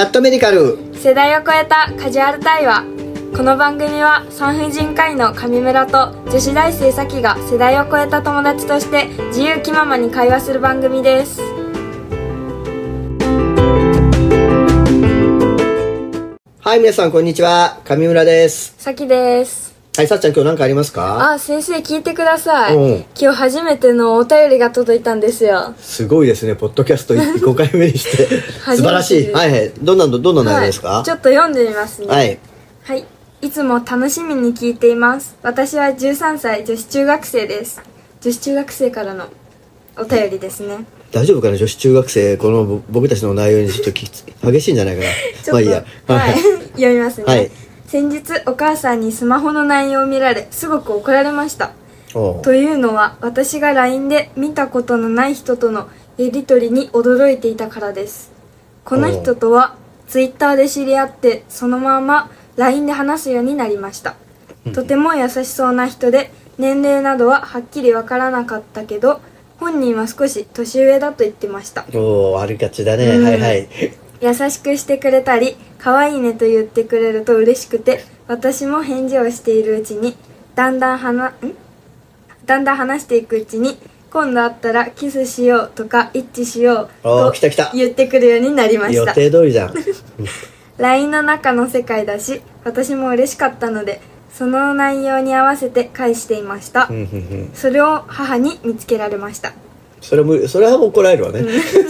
ャットメディカル世代を超えたカジュアル対話。この番組は産婦人科医の上村と女子大生さきが世代を超えた友達として自由気ままに会話する番組です。 はい、皆さんこんにちは、上村です。 さきです。 はい、さっちゃん今日何かありますか？ 先生聞いてください。 うん、 今日初めてのお便りが届いたんですよ。 すごいですね、ポッドキャスト5回目にして素晴らしい。はいはい、どんな内容ですか？ はい、ちょっと読んでみますね。 はい。 はい、いつも楽しみに聞いています。私は13歳女子中学生です。女子中学生からのお便りですね。 大丈夫かな、女子中学生、この僕たちの内容にちょっと激しいんじゃないかなまあいいや、 はい、読みますね。 はい。 先日お母さんにスマホの内容を見られすごく怒られました。というのは私が LINE で見たことのない人とのやり取りに驚いていたからです。この人とは Twitter で知り合ってそのまま LINE で話すようになりました。とても優しそうな人で年齢などははっきりわからなかったけど本人は少し年上だと言ってました。 ありがちだね。はいはい。 優しくしてくれたり可愛いねと言ってくれると嬉しくて私も返事をしているうちにだんだん話していくうちに今度会ったらキスしようとか一致しようと言ってくるようになりました。 予定通りじゃん LINE の中の世界だし私も嬉しかったのでその内容に合わせて返していました。それを母に見つけられました。 それは怒られるわね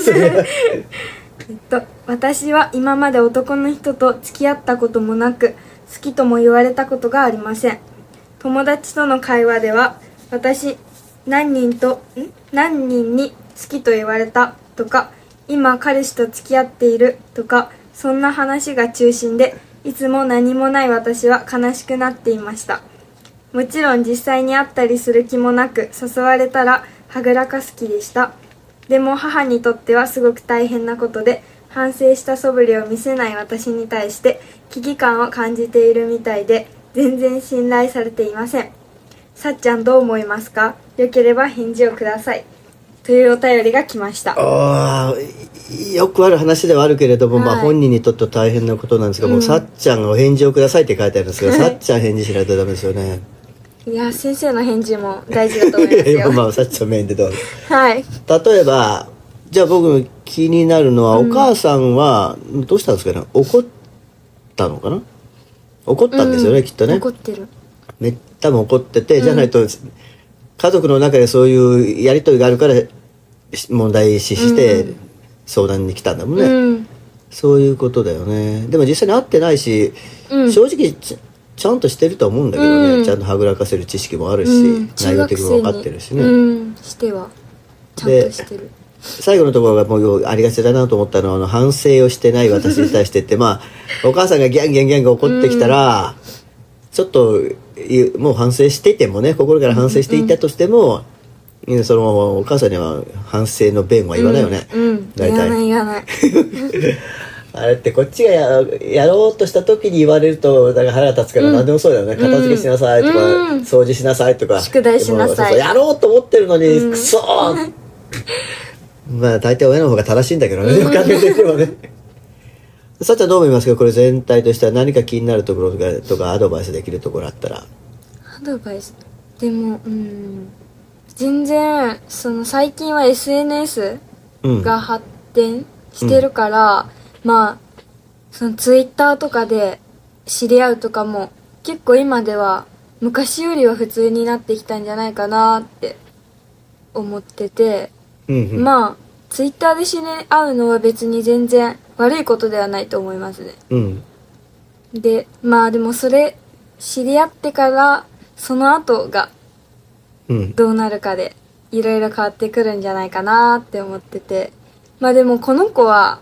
私は今まで男の人と付き合ったこともなく好きとも言われたことがありません。友達との会話では私何人に好きと言われたとか今彼氏と付き合っているとかそんな話が中心でいつも何もない私は悲しくなっていました。もちろん実際に会ったりする気もなく誘われたらはぐらかす気でした。でも母にとってはすごく大変なことで反省した素振りを見せない私に対して危機感を感じているみたいで全然信頼されていません。さっちゃんどう思いますか？よければ返事をください。というお便りが来ました。 よくある話ではあるけれども、はい、本人にとっては大変なことなんですが、もうさっちゃんお返事をくださいって書いてあるんですけど、さっちゃん返事しないとダメですよね。 いや先生の返事も大事だと思いますよまあさっちゃんメインでどうぞ。 はい。 例えばじゃあ僕気になるのは、お母さんはどうしたんですかね。怒ったのかな。怒ったんですよね、きっとね。 怒ってる。 多分怒ってて、じゃないと家族の中でそういうやり取りがあるから問題視して相談に来たんだもんね。そういうことだよね。でも実際に会ってないし、正直ちゃんとしてると思うんだけどね。ちゃんとはぐらかせる知識もあるし、内容的にも分かってるしね。 してはちゃんとしてる。 最後のところがもうありがちだなと思ったのは、反省をしてない私に対してってまあお母さんがギャンギャン怒ってきたら、ちょっともう反省していてもね、心から反省していたとしても、そのお母さんには反省の弁は言わないよね。 大体言わないあれってこっちがやろうとした時に言われるとだから腹立つから何でもそうだよね。片付けしなさいとか、掃除しなさいとか、 宿題しなさい、 やろうと思ってるのにクソーまあ大体親の方が正しいんだけどね、よく考えてみればね。さっちゃんどう思いますか？これ全体としては何か気になるところとかアドバイスできるところあったら。 アドバイスでも全然最近は SNS が発展してるから、まあTwitter とかで知り合うとかも結構今では昔よりは普通になってきたんじゃないかなって思ってて、まあTwitter で知り合うのは別に全然悪いことではないと思いますね。でまあでもそれ知り合ってからその後がどうなるかでいろいろ変わってくるんじゃないかなって思ってて、まあでもこの子は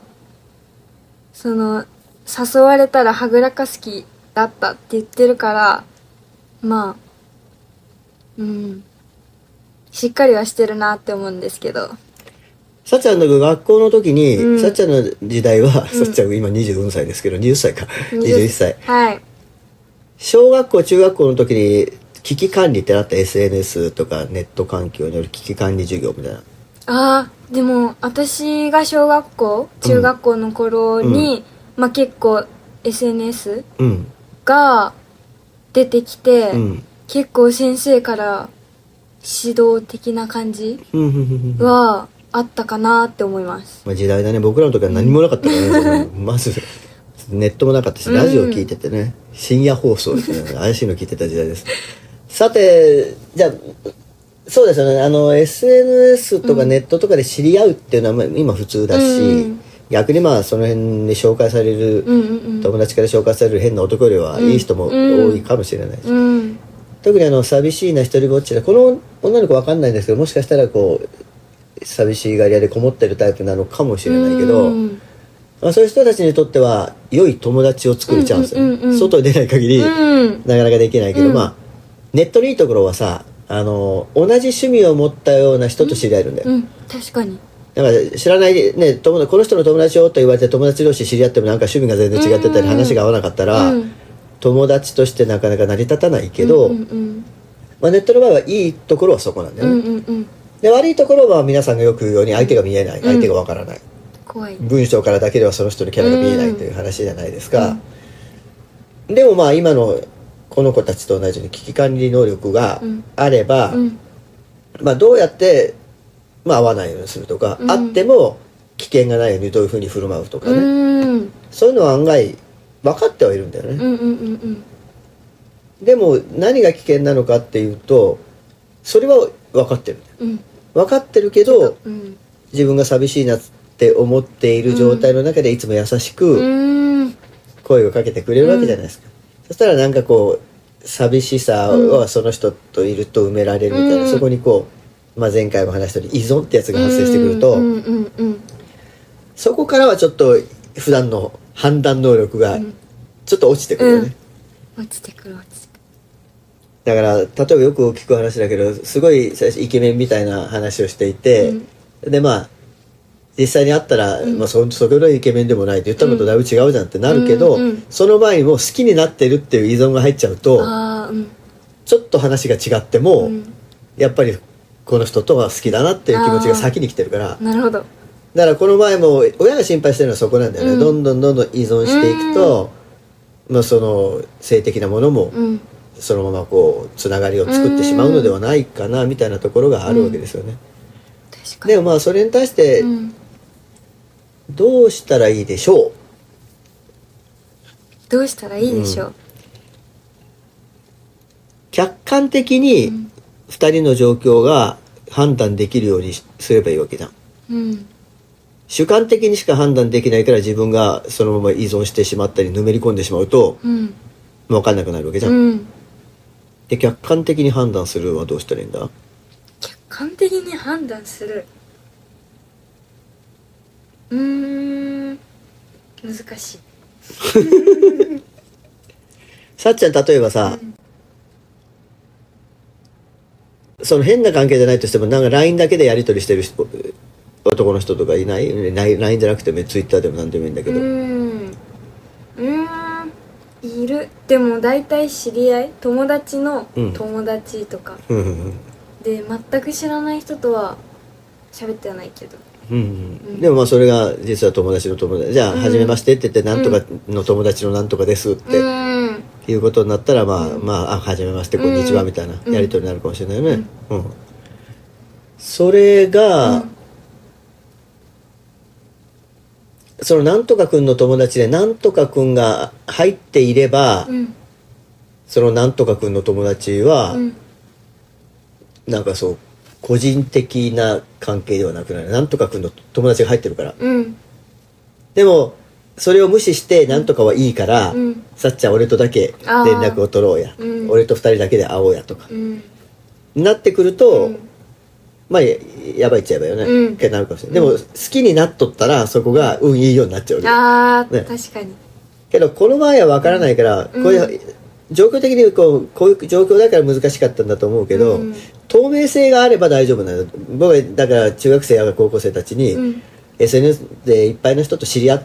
誘われたらはぐらかす気だったって言ってるから、まあしっかりはしてるなって思うんですけど。 さっちゃんの学校の時に、さっちゃんの時代は、さっちゃん今24歳ですけど20歳か21歳、 はい。 小学校中学校の時に危機管理ってあった。 SNS とかネット環境による危機管理授業みたいな。 でも私が小学校中学校の頃に、 まあ結構 SNS うんが出てきて、 うん結構先生から指導的な感じうんはあったかなって思います。 まあ時代だね。僕らの時は何もなかったからね、まずネットもなかったし、ラジオ聞いててね、深夜放送ですね、怪しいの聞いてた時代です。さて、じゃあそうですよね、SNS とかネットとかで知り合うっていうのはまあ今普通だし、逆にまあその辺で紹介される、友達から紹介される変な男よりはいい人も多いかもしれないし、特に寂しいな一人ぼっちで、この女の子わかんないんですけど、もしかしたらこう寂しがり屋でこもってるタイプなのかもしれないけど、まあ、そういう人たちにとっては良い友達を作るチャンス、外に出ない限りなかなかできないけど、まあネットのいいところはさ、同じ趣味を持ったような人と知り合えるんだよ、 確かに。 だから知らないね、この人の友達よと言われて友達同士知り合ってもなんか趣味が全然違ってたり話が合わなかったら、友達としてなかなか成り立たないけど、まあ、ネットの場合はいいところはそこなんだよね、で悪いところは皆さんがよく言うように相手が見えない、相手がわからない、 怖い。 文章からだけではその人のキャラが見えないという話じゃないですか、でもまあ今のこの子たちと同じように危機管理能力があれば、まあどうやってまあ会わないようにするとか、会っても危険がないようにどういうふうに振る舞うとかね、そういうのは案外分かってはいるんだよね、でも何が危険なのかっていうと、それは分かってる、分かってるけど、自分が寂しいなって思っている状態の中でいつも優しく声をかけてくれるわけじゃないですか、そしたらなんかこう寂しさはその人といると埋められるみたいな、そこにこう、まあ、前回も話したように依存ってやつが発生してくると、そこからはちょっと普段の判断能力がちょっと落ちてくるよね、 落ちてくる。 だから例えばよく聞く話だけど、すごい最初イケメンみたいな話をしていて、でまあ実際に会ったら、まあ、それぐらいイケメンでもないって言ったのとだいぶ違うじゃんってなるけど、その前にも好きになってるっていう依存が入っちゃうと、ちょっと話が違っても、やっぱりこの人とは好きだなっていう気持ちが先に来てるから。 なるほど。 だからこの前も親が心配してるのはそこなんだよね、どんどん依存していくと、まあ、その性的なものもそのままこうつながりを作ってしまうのではないかなみたいなところがあるわけですよね、でもまあそれに対してどうしたらいいでしょう、 どうしたらいいでしょう、 客観的に2人の状況が判断できるようにすればいいわけじゃん、主観的にしか判断できないから自分がそのまま依存してしまったりぬめり込んでしまうと、分かんなくなるわけじゃん、で客観的に判断するはどうしたらいいんだ。 客観的に判断する、難しいさっちゃん例えばさ、その変な関係じゃないとしてもなんか LINE だけでやり取りしてる男の人とかいない？ LINE じゃなくても Twitter でも何でもいいんだけど。 いる。でも大体知り合い、友達の友達とか、で全く知らない人とは喋ってはないけど、 でもまあそれが実は友達の友達じゃあ初めましてって言ってなんとかの友達のなんとかですっていうことになったらまあ初めましてこんにちはみたいなやり取りになるかもしれないよね、それが、そのなんとかくんの友達でなんとかくんが入っていれば、そのなんとかくんの友達は、なんかそう個人的な関係ではなくなる、なんとかくんの友達が入ってるから、でもそれを無視してなんとかはいいから、さっちゃん俺とだけ連絡を取ろうや、俺と2人だけで会おうやとか、なってくると、まあやばいっちゃやばいよね、ってなるかもしれない、でも好きになっとったらそこがいいようになっちゃうわけ、 確かに。けどこの場合は分からないから、こういう状況的にこういう状況だから難しかったんだと思うけど、透明性があれば大丈夫なの。僕はだから中学生や高校生たちに、SNS でいっぱいの人と知り合って、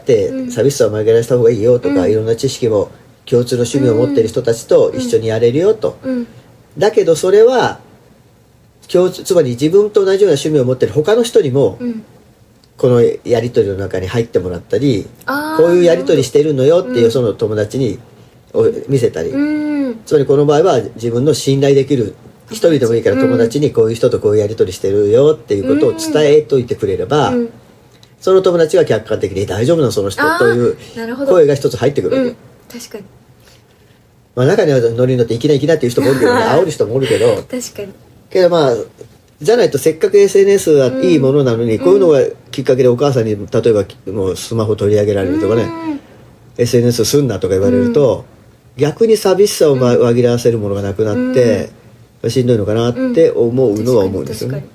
寂しさを紛らわした方がいいよとか、いろんな知識も共通の趣味を持っている人たちと一緒にやれるよと、だけどそれはつまり自分と同じような趣味を持っている他の人にもこのやり取りの中に入ってもらったり、 あーこういうやり取りしてるのよっていうその友達に見せたり、つまりこの場合は自分の信頼できる一人でもいいから友達にこういう人とこういうやり取りしてるよっていうことを伝えといてくれれば、その友達が客観的に大丈夫なのその人という声が一つ入ってくるわけ。 確かに。 まあ中にはノリに乗っていきなりいきなっていう人もおるけどね、煽る人もおるけど、 確かに。 けどまあじゃないとせっかく SNS はいいものなのに、こういうのがきっかけでお母さんに例えばもうスマホ取り上げられるとかね、SNS すんなとか言われると、逆に寂しさを紛らわせるものがなくなって、しんどいのかなって思うのは思うんですよね。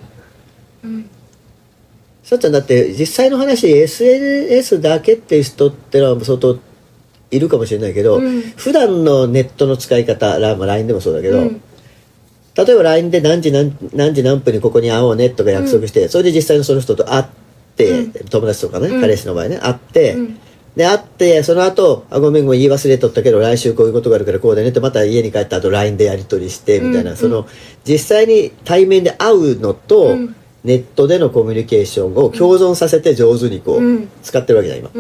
さっちゃんだって実際の話 SNS だけっていう人ってのは相当いるかもしれないけど、普段のネットの使い方、LINE でもそうだけど、例えば LINE で何時何分にここに会おうねとか約束して、それで実際のその人と会って、友達とかね、彼氏の場合ね会って、で会ってその後ごめん言い忘れとったけど来週こういうことがあるからこうだねってまた家に帰った後 LINE でやり取りしてみたいな、その実際に対面で会うのと、ネットでのコミュニケーションを共存させて上手にこう、使ってるわけだ今。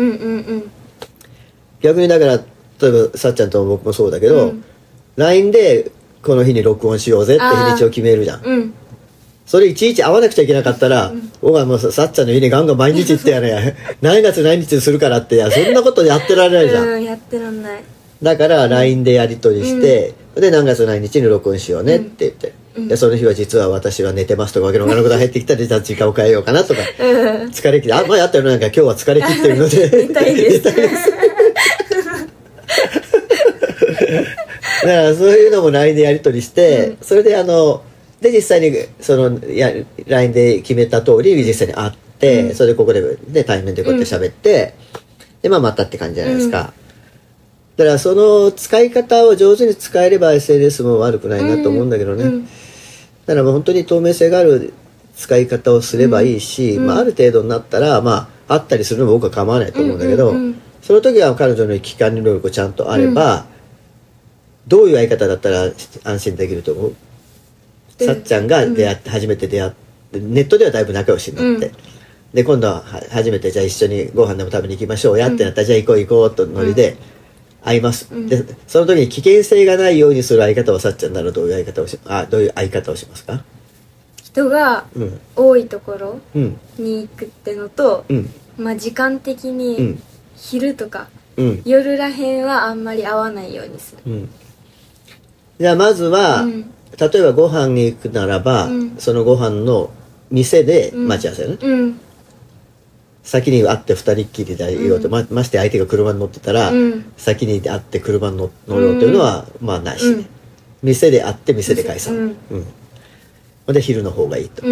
逆にだから例えばさっちゃんと僕もそうだけど、LINE でこの日に録音しようぜって日にちを決めるじゃん。それいちいち会わなくちゃいけなかったら、僕はもうさっちゃんの家にガンガン毎日行ってやね何月何日にするからってそんなことやってられないじゃん。 やってらんない。 だから LINE でやり取りして、で何月何日に録音しようねって言って、でその日は実は私は寝てますとかわけのわからんことが入ってきたらじゃあ時間を変えようかなとか、疲れ切って前あったよなんか今日は疲れ切ってるので寝たいですだからそういうのも LINE でやり取りして、それでで実際にそのLINE で決めた通り実際に会って、それでここで対面でこうやって喋って、でまたって感じじゃないですか。だからその使い方を上手に使えれば SNS も悪くないなと思うんだけどね。だからもう本当に透明性がある使い方をすればいいし、ある程度になったら会ったりするのも僕は構わないと思うんだけど、その時は彼女の危機管理能力ちゃんとあれば、どういう相方だったら安心できると思う？さっちゃんが初めて出会ってネットではだいぶ仲良しになって、で今度は初めてじゃあ一緒にご飯でも食べに行きましょうやってなったら、じゃあ行こう行こうとノリで会います、でその時に危険性がないようにする相方はさっちゃんならどういう相方をしますか？ 人が多いところに行くってのと、時間的に昼とか、夜らへんはあんまり会わないようにする。 じゃあまずは、例えばご飯に行くならば、そのご飯の店で待ち合わせよね、先に会って二人っきりでいようと、まして相手が車に乗ってたら、先に会って車に乗ろうというのはないしね、店で会って店で解散、で昼の方がいいと、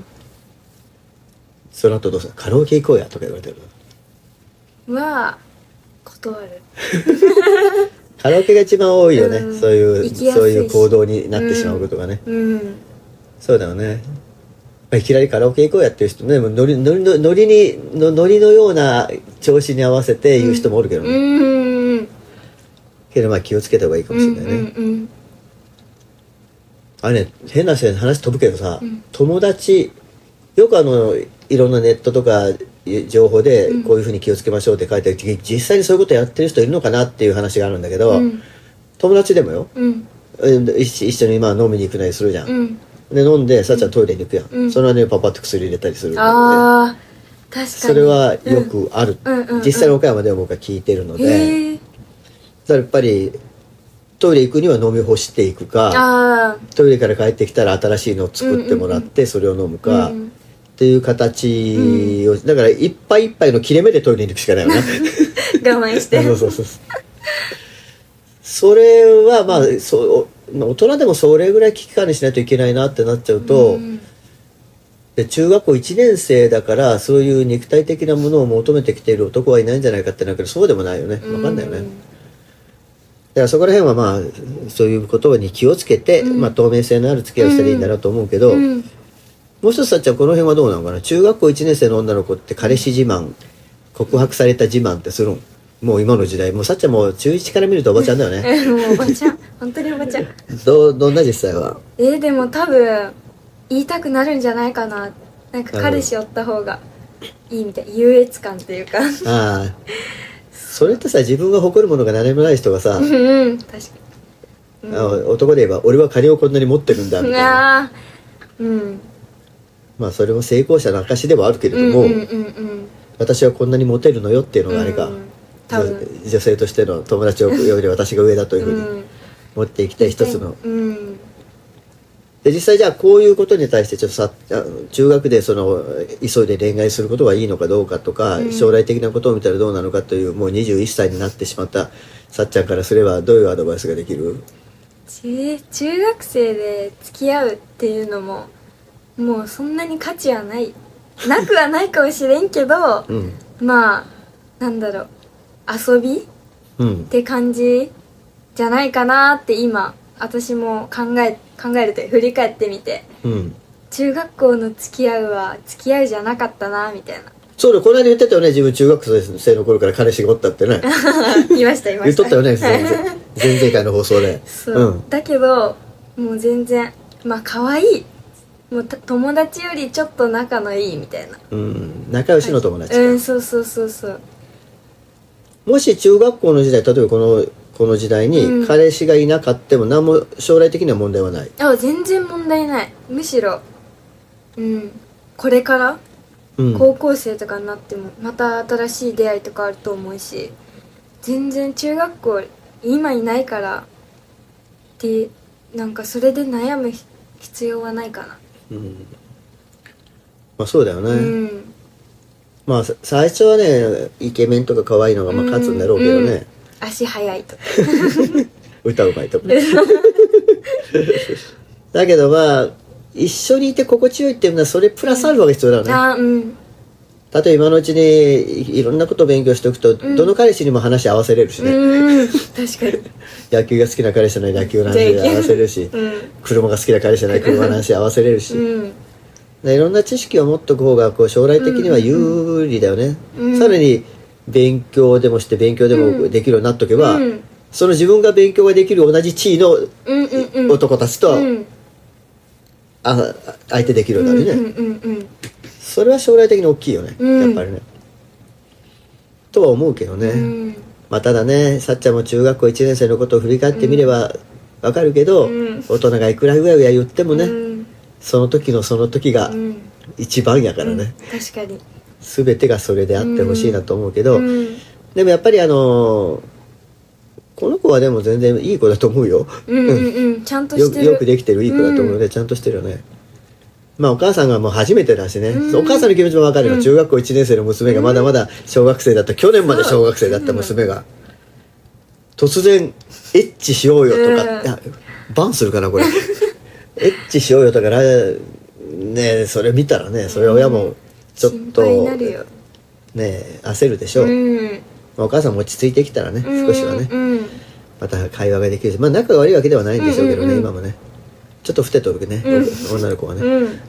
その後どうする？カラオケ行こうやとか言われてるは断るカラオケが一番多いよね、そういう行動になってしまうことがね、そうだよね。いきなりカラオケ行こうやっていう人ね、ノリのような調子に合わせて言う人もおるけどね、けど気をつけた方がいいかもしれないね、あれね、変な話飛ぶけどさ、友達よくいろんなネットとか情報でこういうふうに気をつけましょうって書いてある時、実際にそういうことやってる人いるのかなっていう話があるんだけど、友達でもよ、一緒に飲みに行くなりするじゃん、で飲んでさっちゃんトイレに行くやん、その間にパパって薬入れたりするんだけどね、 確かにそれはよくある、実際の岡山では僕は聞いてるので、だからやっぱりトイレ行くには飲み干していくか、トイレから帰ってきたら新しいのを作ってもらってそれを飲むか、っていう形を、だから一杯一杯の切れ目でトイレに行くしかないよね我慢してそうそれは大人でもそれぐらい危機管理しないといけないなってなっちゃうと、で中学校1年生だからそういう肉体的なものを求めてきている男はいないんじゃないかってなるけど、そうでもないよね、分かんないよね、だからそこら辺はそういうことに気をつけて、透明性のある付き合いをしたらいいんだなと思うけど、もう一つさっちゃんこの辺はどうなのかな？中学校1年生の女の子って彼氏自慢、告白された自慢ってするん？もう今の時代、もうさっちゃんも中1から見るとおばちゃんだよねもうおばちゃん、本当におばちゃんどんな実際は？ でも多分言いたくなるんじゃないかな、なんか彼氏おった方がいいみたい、優越感っていうかああ、それってさ、自分が誇るものが何もない人がさ、 うん、確かに、 男で言えば俺は金をこんなに持ってるんだみたいな、 あー、うん、 まあそれも成功者の証ではあるけれども、私はこんなにモテるのよっていうのがあれか、 多分女性としての友達より私が上だというふうに持っていきたい一つの、で実際じゃあこういうことに対してちょっとさ、中学でその急いで恋愛することがいいのかどうかとか、将来的なことを見たらどうなのかという、もう21歳になってしまったさっちゃんからすればどういうアドバイスができる？ 中学生で付き合うっていうのももうそんなに価値はないなくはないかもしれんけど、まあなんだろう、遊び、って感じじゃないかなって今私も考えると振り返ってみて、中学校の付き合うは付き合うじゃなかったなみたいな。 そうだ、この間言ってたよね、自分中学生の頃から彼氏がおったってね言いました言っとったよね、前々回の放送で。 そう、だけどもう全然まあ可愛い、もう友達よりちょっと仲のいいみたいな、 仲良しの友達か、 そうそうそうそう。 もし中学校の時代、例えばこの時代に彼氏がいなかっても何も将来的には問題はない？ 全然問題ない。むしろこれから、高校生とかになってもまた新しい出会いとかあると思うし、全然中学校今いないからってなんかそれで悩む必要はないかな。 まあそうだよね、まあ最初はねイケメンとか可愛いのがまあ勝つんだろうけどね、 足速いとか歌うまいとかだけどまあ一緒にいて心地よいっていうのはそれプラスアルファが必要だよね、例えば今のうちにいろんなことを勉強しておくと、どの彼氏にも話合わせれるしね、 確かに野球が好きな彼氏じゃない野球の話合わせれるし、車が好きな彼氏じゃない車の話合わせれるし、いろんな知識を持っておく方が将来的には有利だよね、さらに勉強でもして勉強でもできるようになっとけば、その自分が勉強ができる同じ地位の男たちと相手できるようになるね、それは将来的に大きいよね、やっぱりねとは思うけどね、まあただね、さっちゃんも中学校1年生のことを振り返ってみればわかるけど、大人がいくらうやうや言ってもね、その時のその時が一番やからね、 確かに全てがそれであってほしいなと思うけど、でもやっぱりこの子はでも全然いい子だと思うよ、 ちゃんとしてる、 よくできてるいい子だと思うので、ちゃんとしてるよね。まあお母さんがもう初めてだしね、お母さんの気持ちも分かるよ、中学校1年生の娘がまだまだ小学生だった、去年まで小学生だった娘が突然エッチしようよとか、バンするかなこれエッチしようよとかね、それ見たらね、それ親もちょっとね焦るでしょう、お母さんも落ち着いてきたらね、少しはね、また会話ができるし、まあ仲が悪いわけではないんでしょうけどね、今もねちょっとふてとるね、女の子はね、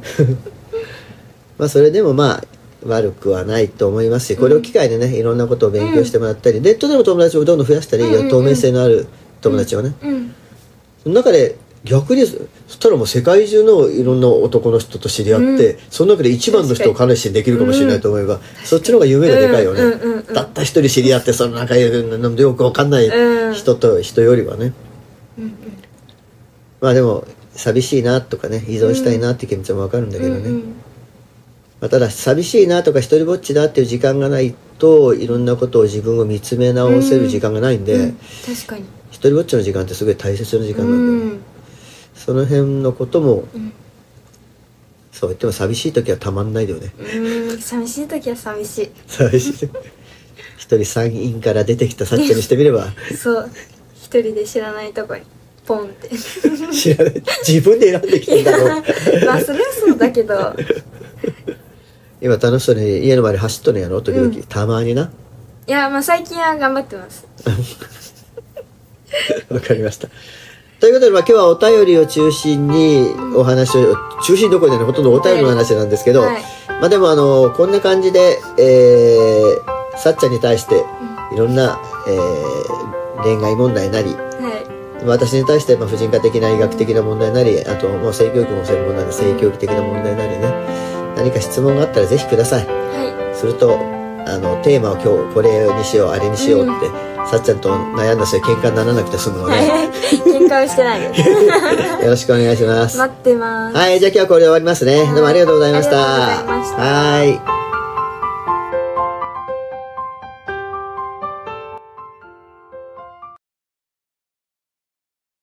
まあそれでもまあ悪くはないと思いますし、これを機会でねいろんなことを勉強してもらったり、ネットでの友達をどんどん増やしたらいいよ、透明性のある友達をね、その中で逆にそしたらもう世界中のいろんな男の人と知り合って、その中で一番の人を彼氏にできるかもしれないと思えば、そっちの方が夢がでかいよね、たった一人知り合ってその仲良くよく分かんない人よりはね、まあでも寂しいなとかね、依存したいなって気持ちも分かるんだけどね、まあ、ただ寂しいなとか一人ぼっちだっていう時間がないといろんなことを自分を見つめ直せる時間がないんで、 確かに一人ぼっちの時間ってすごい大切な時間なんだよね、その辺のことも、そう言っても寂しい時はたまんないだよね、 寂しい時は寂しい寂しい一人参院から出てきたさっちゃんにしてみればそう一人で知らないとこにポンって知らない自分で選んできたんだろうまあそれはそうだけど今楽しそうに家の前で走っとるんやろ時々、たまにな。 いやまあ最近は頑張ってますわかりました。ということで、まあ、今日はお便りを中心にお話を、中心どころでね、ほとんどお便りの話なんですけど、まあでもこんな感じで、さっちゃんに対していろんな、恋愛問題なり、私に対して婦人科的な医学的な問題なり、あともう性教育も専門なので性教育的な問題なりね、何か質問があったらぜひください。 するとテーマを今日これにしようあれにしようって、さっちゃんと悩んだ末喧嘩にならなくて済むので喧嘩はしてないですよろしくお願いします。 待ってます。 はい、じゃあ今日はこれで終わりますね。どうもありがとうございました。 ありがとうございました。 はい。